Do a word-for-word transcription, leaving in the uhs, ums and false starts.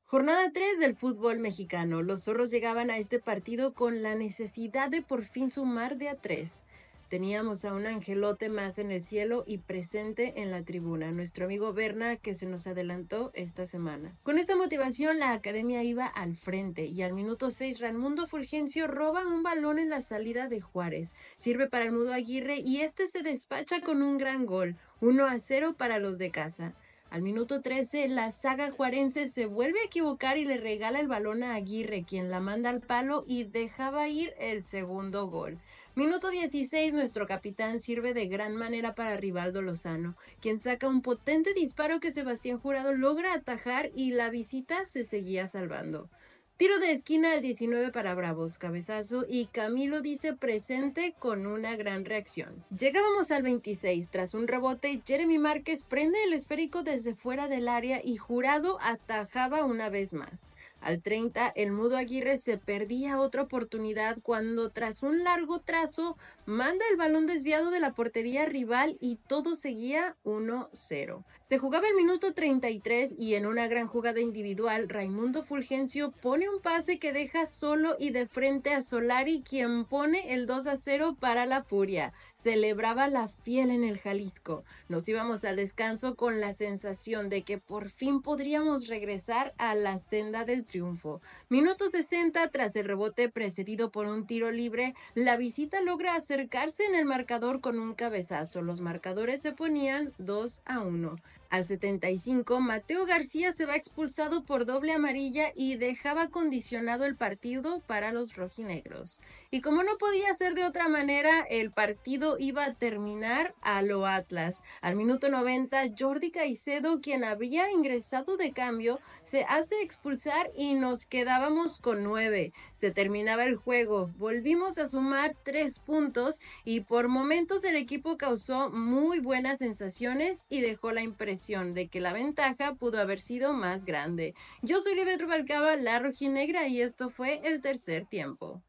Jornada tres del fútbol mexicano. Los zorros llegaban a este partido con la necesidad de por fin sumar de a tres. Teníamos a un angelote más en el cielo y presente en la tribuna, nuestro amigo Berna, que se nos adelantó esta semana. Con esta motivación, la academia iba al frente y al minuto seis, Raimundo Fulgencio roba un balón en la salida de Juárez. Sirve para el Mudo Aguirre y este se despacha con un gran gol, uno a cero para los de casa. Al minuto trece, la saga juarense se vuelve a equivocar y le regala el balón a Aguirre, quien la manda al palo y dejaba ir el segundo gol. Minuto dieciséis, nuestro capitán sirve de gran manera para Rivaldo Lozano, quien saca un potente disparo que Sebastián Jurado logra atajar y la visita se seguía salvando. Tiro de esquina al diecinueve para Bravos, cabezazo, y Camilo dice presente con una gran reacción. Llegábamos al veintiséis, tras un rebote, Jeremy Márquez prende el esférico desde fuera del área y Jurado atajaba una vez más. Al treinta, el Mudo Aguirre se perdía otra oportunidad cuando tras un largo trazo manda el balón desviado de la portería rival y todo seguía uno cero. Se jugaba el minuto treinta y tres y en una gran jugada individual, Raimundo Fulgencio pone un pase que deja solo y de frente a Solari, quien pone el dos a cero para la Furia. Celebraba la fiel en el Jalisco. Nos íbamos al descanso con la sensación de que por fin podríamos regresar a la senda del triunfo. Minuto sesenta, tras el rebote precedido por un tiro libre, la visita logra acercarse en el marcador con un cabezazo. Los marcadores se ponían dos a uno. Al setenta y cinco, Mateo García se va expulsado por doble amarilla y dejaba condicionado el partido para los rojinegros. Y como no podía ser de otra manera, el partido iba a terminar a lo Atlas. Al minuto noventa, Jordi Caicedo, quien había ingresado de cambio, se hace expulsar y nos quedábamos con nueve. Se terminaba el juego, volvimos a sumar tres puntos y por momentos el equipo causó muy buenas sensaciones y dejó la impresión de que la ventaja pudo haber sido más grande. Yo soy Libet Rubalcaba, la rojinegra, y esto fue el tercer tiempo.